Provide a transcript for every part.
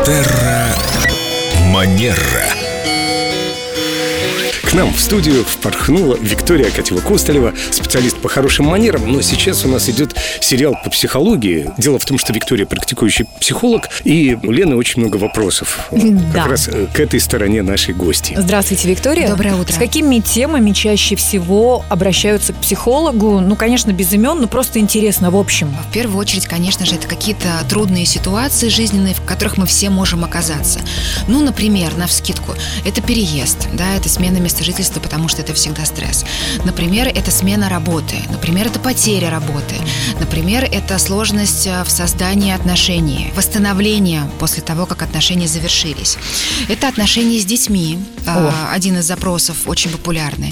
Терра Манера. К нам в студию впорхнула Виктория Акатьева-Костолева, специалист по хорошим манерам. Но сейчас у нас идет сериал по психологии. Дело в том, что Виктория практикующий психолог, и у Лены очень много вопросов как раз к этой стороне нашей гости. Здравствуйте, Виктория. Доброе утро. С какими темами чаще всего обращаются к психологу? Ну, конечно, без имен, но просто интересно в общем. В первую очередь, конечно же, это какие-то трудные ситуации жизненные, в которых мы все можем оказаться. Ну, например, навскидку, это переезд, да, это смена места жительства, потому что это всегда стресс. Например, это смена работы. Например, это потеря работы. Например, это сложность в создании отношений, восстановление после того, как отношения завершились. Это отношения с детьми. Один из запросов очень популярный.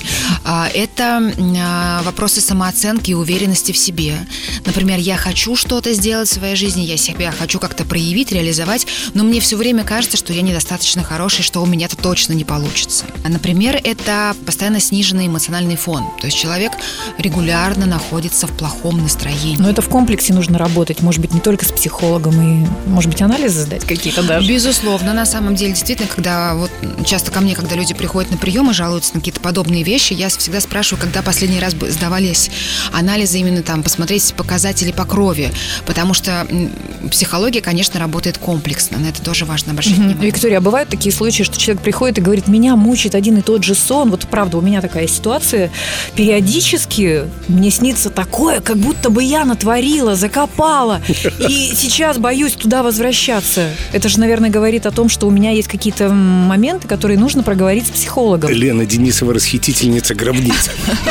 Это вопросы самооценки и уверенности в себе. Например, я хочу что-то сделать в своей жизни, я себя хочу как-то проявить, реализовать, но мне все время кажется, что я недостаточно хороший, что у меня-то точно не получится. Например, это постоянно сниженный эмоциональный фон. То есть человек регулярно находится в плохом настроении. Но это в комплексе нужно работать. Может быть, не только с психологом, и, может быть, анализы сдать какие-то даже. Безусловно. На самом деле, действительно, когда вот часто ко мне, когда люди приходят на прием и жалуются на какие-то подобные вещи, я всегда спрашиваю, когда последний раз сдавались анализы, именно там посмотреть показатели по крови. Потому что психология, конечно, работает комплексно. На это тоже важно обращать внимание. Виктория, а бывают такие случаи, что человек приходит и говорит: меня мучает один и тот же сон. Вот правда, у меня такая ситуация. Периодически мне снится такое, как будто бы я натворила, закопала. И сейчас боюсь туда возвращаться. Это же, наверное, говорит о том, что у меня есть какие-то моменты, которые нужно проговорить с психологом. Лена Денисова — расхитительница гробниц.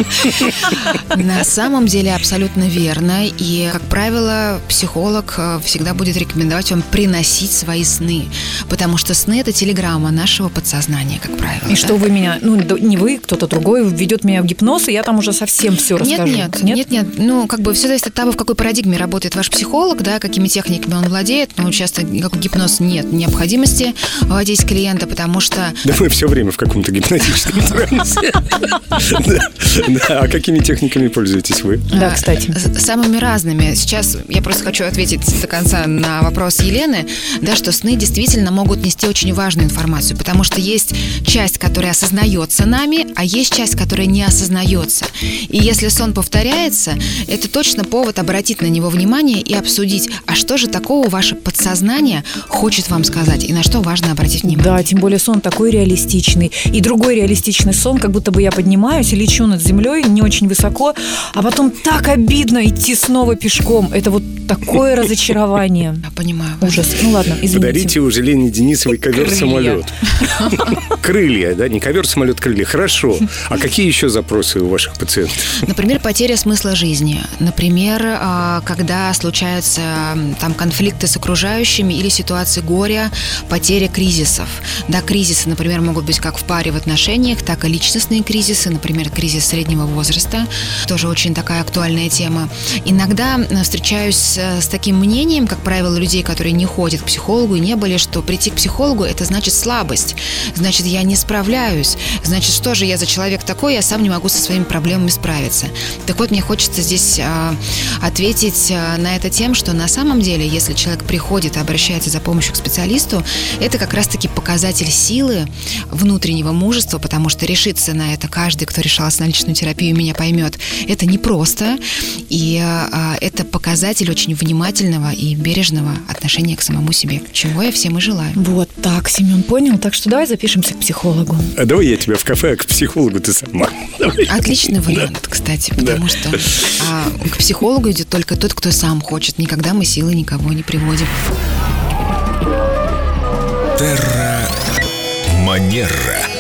На самом деле абсолютно верно. И, как правило, психолог всегда будет рекомендовать вам приносить свои сны. Потому что сны – это телеграмма нашего подсознания, как правило. И что вы меня, не вы, кто-то другой введет меня в гипноз, и я там уже совсем все расскажу. Нет. Ну, как бы все зависит от того, в какой парадигме работает ваш психолог, да, какими техниками он владеет. Но часто, как гипноз, нет необходимости вводить клиента, потому что... Да мы все время в каком-то гипнотическом трансе. А какими техниками пользуетесь вы? Да, кстати. Самыми разными. Сейчас я просто хочу ответить до конца на вопрос Елены, да, что сны действительно могут нести очень важную информацию, потому что есть часть, которая осознается нами, а есть часть, которая не осознается. И если сон повторяется, это точно повод обратить на него внимание и обсудить, а что же такого ваше подсознание хочет вам сказать, и на что важно обратить внимание. Да, тем более сон такой реалистичный. И другой реалистичный сон, как будто бы я поднимаюсь и лечу над землей не очень высоко, а потом так обидно идти снова пешком. Это вот такое разочарование. Я понимаю. Ужас. Ну ладно, извините. Подарите уже Лене Денисовой ковер-самолет. Крылья, да? Не ковер-самолет, крылья. Хорошо. А какие еще запросы у ваших пациентов? Например, потеря смысла жизни. Например, когда случаются там конфликты с окружающими или ситуации горя, потеря кризисов. Да, кризисы, например, могут быть как в паре в отношениях, так и личностные кризисы. Например, кризис среднего возраста. Тоже очень такая актуальная тема. Иногда встречаюсь с таким мнением, как правило, людей, которые не ходят к психологу и не были, что прийти к психологу – это значит слабость. Значит, я не справляюсь. Значит, что же я за человек такой, я сам не могу со своими проблемами справиться. Так вот, мне хочется здесь ответить на это тем, что на самом деле, если человек приходит и обращается за помощью к специалисту, это как раз-таки показатель силы, внутреннего мужества, потому что решиться на это каждый, кто решался на личную терапию, меня поймет, это непросто, и это показатель очень внимательного и бережного отношения к самому себе, чего я всем и желаю. Вот так, Семен понял. Так что давай запишемся к психологу. А давай я тебя в кафе, а к психологу ты сама. Отличный вариант, кстати, потому что к психологу идет только тот, кто сам хочет. Никогда мы силой никого не приводим. Терра Манера.